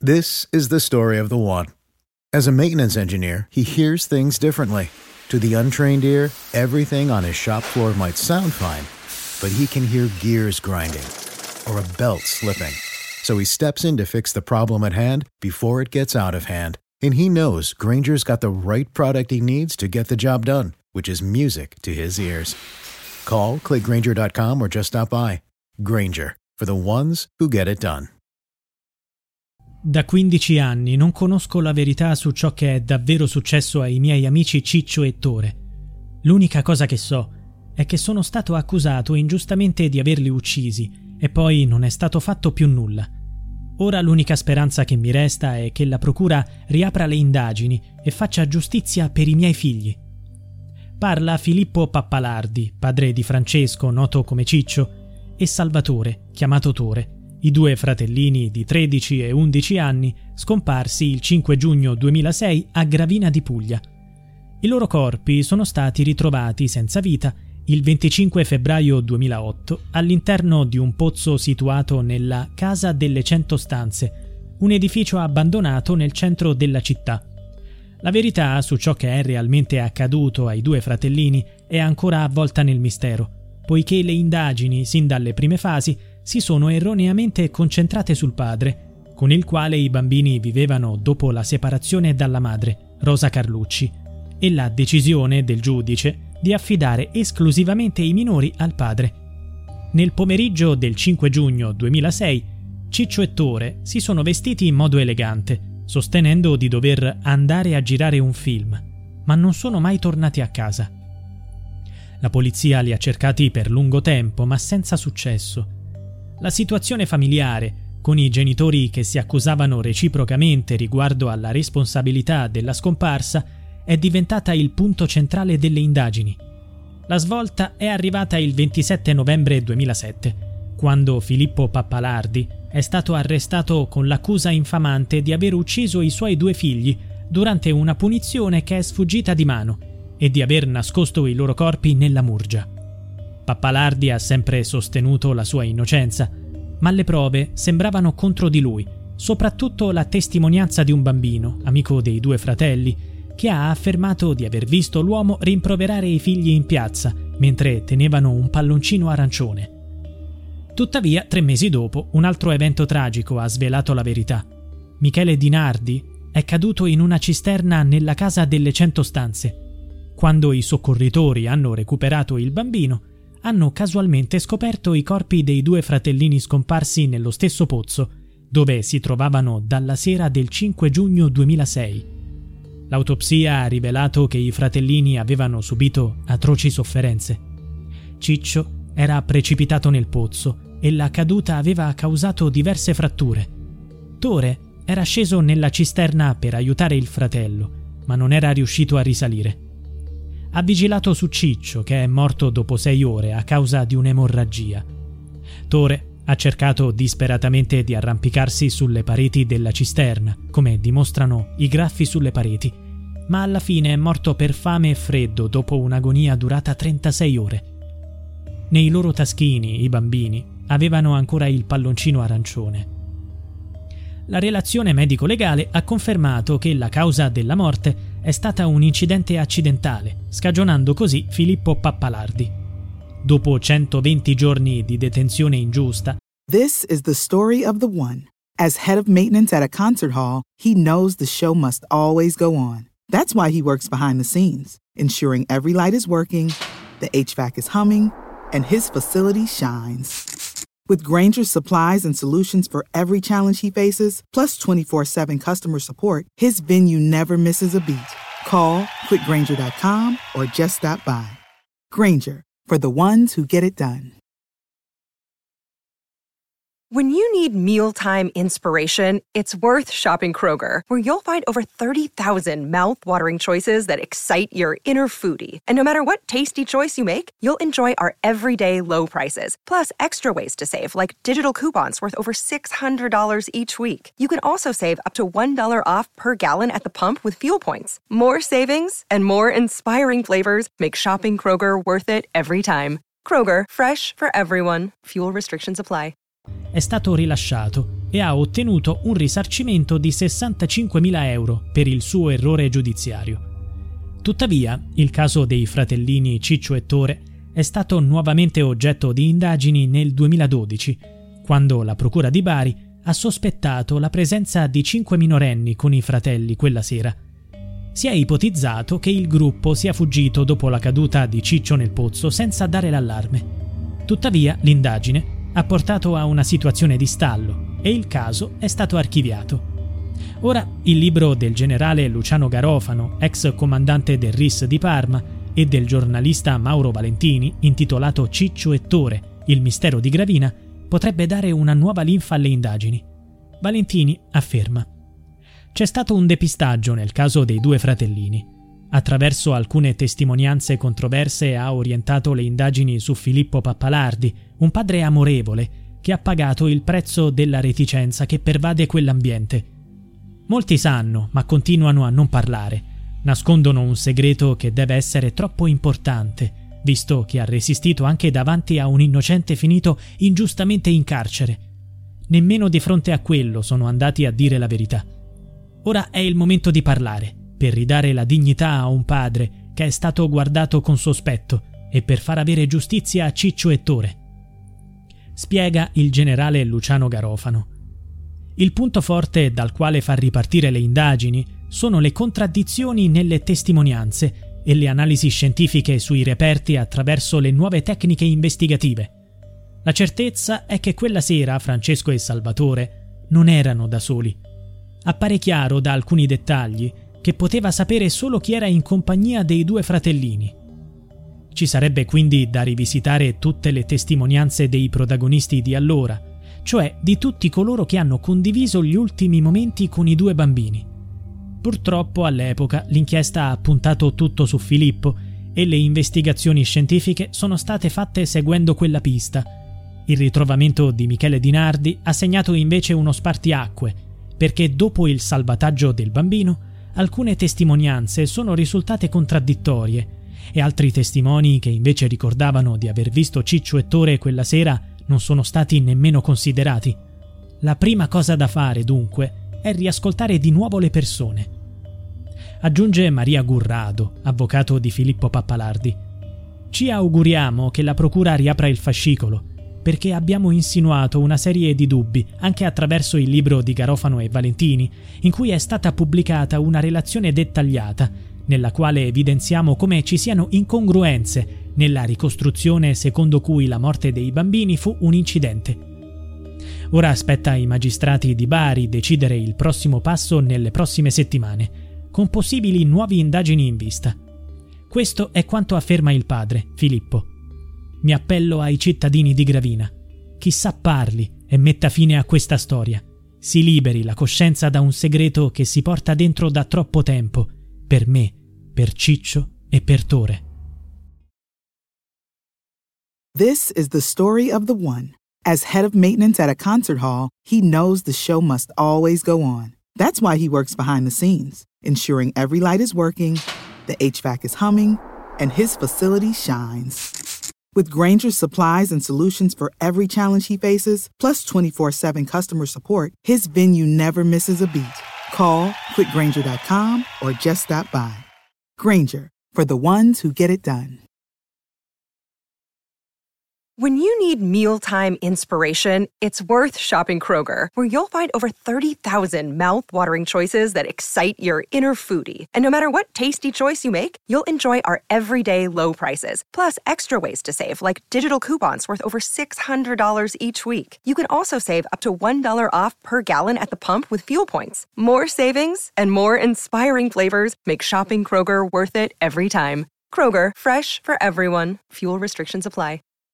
This is the story of the one. As a maintenance engineer, he hears things differently. To the untrained ear, everything on his shop floor might sound fine, but he can hear gears grinding or a belt slipping. So he steps in to fix the problem at hand before it gets out of hand. And he knows Grainger's got the right product he needs to get the job done, which is music to his ears. Call, click Grainger.com or just stop by. Grainger, for the ones who get it done. Da 15 anni non conosco la verità su ciò che è davvero successo ai miei amici Ciccio e Tore. L'unica cosa che so è che sono stato accusato ingiustamente di averli uccisi e poi non è stato fatto più nulla. Ora l'unica speranza che mi resta è che la procura riapra le indagini e faccia giustizia per i miei figli. Parla Filippo Pappalardi, padre di Francesco, noto come Ciccio, e Salvatore, chiamato Tore, i due fratellini di 13 e 11 anni scomparsi il 5 giugno 2006 a Gravina di Puglia. I loro corpi sono stati ritrovati senza vita il 25 febbraio 2008 all'interno di un pozzo situato nella Casa delle 100 Stanze, un edificio abbandonato nel centro della città. La verità su ciò che è realmente accaduto ai due fratellini è ancora avvolta nel mistero, poiché le indagini, sin dalle prime fasi, si sono erroneamente concentrate sul padre, con il quale i bambini vivevano dopo la separazione dalla madre, Rosa Carlucci, e la decisione del giudice di affidare esclusivamente i minori al padre. Nel pomeriggio del 5 giugno 2006, Ciccio e Tore si sono vestiti in modo elegante, sostenendo di dover andare a girare un film, ma non sono mai tornati a casa. La polizia li ha cercati per lungo tempo, ma senza successo. La situazione familiare, con i genitori che si accusavano reciprocamente riguardo alla responsabilità della scomparsa, è diventata il punto centrale delle indagini. La svolta è arrivata il 27 novembre 2007, quando Filippo Pappalardi è stato arrestato con l'accusa infamante di aver ucciso i suoi due figli durante una punizione che è sfuggita di mano e di aver nascosto i loro corpi nella Murgia. Pappalardi ha sempre sostenuto la sua innocenza, ma le prove sembravano contro di lui, soprattutto la testimonianza di un bambino, amico dei due fratelli, che ha affermato di aver visto l'uomo rimproverare i figli in piazza mentre tenevano un palloncino arancione. Tuttavia, 3 mesi dopo, un altro evento tragico ha svelato la verità. Michele Di Nardi è caduto in una cisterna nella Casa delle 100 Stanze. Quando i soccorritori hanno recuperato il bambino, hanno casualmente scoperto i corpi dei due fratellini scomparsi nello stesso pozzo, dove si trovavano dalla sera del 5 giugno 2006. L'autopsia ha rivelato che i fratellini avevano subito atroci sofferenze. Ciccio era precipitato nel pozzo e la caduta aveva causato diverse fratture. Tore era sceso nella cisterna per aiutare il fratello, ma non era riuscito a risalire. Ha vigilato su Ciccio, che è morto dopo 6 ore a causa di un'emorragia. Tore ha cercato disperatamente di arrampicarsi sulle pareti della cisterna, come dimostrano i graffi sulle pareti, ma alla fine è morto per fame e freddo dopo un'agonia durata 36 ore. Nei loro taschini, i bambini avevano ancora il palloncino arancione. La relazione medico-legale ha confermato che la causa della morte è stata un incidente accidentale, scagionando così Filippo Pappalardi. Dopo 120 giorni di detenzione ingiusta. This is the story of the one. As head of maintenance at a concert hall, he knows the show must always go on. That's why he works behind the scenes, ensuring every light is working, the HVAC is humming, and his facility shines. With Grainger's supplies and solutions for every challenge he faces, plus 24/7 customer support, his venue never misses a beat. Call quickgrainger.com or just stop by. Grainger, for the ones who get it done. When you need mealtime inspiration, it's worth shopping Kroger, where you'll find over 30,000 mouth-watering choices that excite your inner foodie. And no matter what tasty choice you make, you'll enjoy our everyday low prices, plus extra ways to save, like digital coupons worth over $600 each week. You can also save up to $1 off per gallon at the pump with fuel points. More savings and more inspiring flavors make shopping Kroger worth it every time. Kroger, fresh for everyone. Fuel restrictions apply. è stato rilasciato e ha ottenuto un risarcimento di 65.000 euro per il suo errore giudiziario. Tuttavia, il caso dei fratellini Ciccio e Tore è stato nuovamente oggetto di indagini nel 2012, quando la Procura di Bari ha sospettato la presenza di 5 minorenni con i fratelli quella sera. Si è ipotizzato che il gruppo sia fuggito dopo la caduta di Ciccio nel pozzo senza dare l'allarme. Tuttavia, l'indagine ha portato a una situazione di stallo e il caso è stato archiviato. Ora il libro del generale Luciano Garofano, ex comandante del RIS di Parma, e del giornalista Mauro Valentini, intitolato Ciccio e Tore, il mistero di Gravina, potrebbe dare una nuova linfa alle indagini. Valentini afferma: c'è stato un depistaggio nel caso dei due fratellini. Attraverso alcune testimonianze controverse ha orientato le indagini su Filippo Pappalardi, un padre amorevole che ha pagato il prezzo della reticenza che pervade quell'ambiente. Molti sanno, ma continuano a non parlare. Nascondono un segreto che deve essere troppo importante, visto che ha resistito anche davanti a un innocente finito ingiustamente in carcere. Nemmeno di fronte a quello sono andati a dire la verità. Ora è il momento di parlare, per ridare la dignità a un padre che è stato guardato con sospetto e per far avere giustizia a Ciccio e Tore. Spiega il generale Luciano Garofano. Il punto forte dal quale far ripartire le indagini sono le contraddizioni nelle testimonianze e le analisi scientifiche sui reperti attraverso le nuove tecniche investigative. La certezza è che quella sera Francesco e Salvatore non erano da soli. Appare chiaro da alcuni dettagli che poteva sapere solo chi era in compagnia dei due fratellini. Ci sarebbe quindi da rivisitare tutte le testimonianze dei protagonisti di allora, cioè di tutti coloro che hanno condiviso gli ultimi momenti con i due bambini. Purtroppo all'epoca l'inchiesta ha puntato tutto su Filippo e le investigazioni scientifiche sono state fatte seguendo quella pista. Il ritrovamento di Michele Di Nardi ha segnato invece uno spartiacque, perché dopo il salvataggio del bambino alcune testimonianze sono risultate contraddittorie e altri testimoni che invece ricordavano di aver visto Ciccio e Tore quella sera non sono stati nemmeno considerati. La prima cosa da fare, dunque, è riascoltare di nuovo le persone. Aggiunge Maria Gurrado, avvocato di Filippo Pappalardi. Ci auguriamo che la procura riapra il fascicolo, perché abbiamo insinuato una serie di dubbi anche attraverso il libro di Garofano e Valentini, in cui è stata pubblicata una relazione dettagliata, nella quale evidenziamo come ci siano incongruenze nella ricostruzione secondo cui la morte dei bambini fu un incidente. Ora aspetta ai magistrati di Bari decidere il prossimo passo nelle prossime settimane, con possibili nuove indagini in vista. Questo è quanto afferma il padre, Filippo. Mi appello ai cittadini di Gravina. Chissà parli e metta fine a questa storia. Si liberi la coscienza da un segreto che si porta dentro da troppo tempo, per me, per Ciccio e per Tore. This is the story of the one. As head of maintenance at a concert hall, he knows the show must always go on. That's why he works behind the scenes, ensuring every light is working, the HVAC is humming, and his facility shines. With Grainger's supplies and solutions for every challenge he faces, plus 24/7 customer support, his venue never misses a beat. Call quickgrainger.com or just stop by. Grainger, for the ones who get it done. When you need mealtime inspiration, it's worth shopping Kroger, where you'll find over 30,000 mouth-watering choices that excite your inner foodie. And no matter what tasty choice you make, you'll enjoy our everyday low prices, plus extra ways to save, like digital coupons worth over $600 each week. You can also save up to $1 off per gallon at the pump with fuel points. More savings and more inspiring flavors make shopping Kroger worth it every time. Kroger, fresh for everyone. Fuel restrictions apply.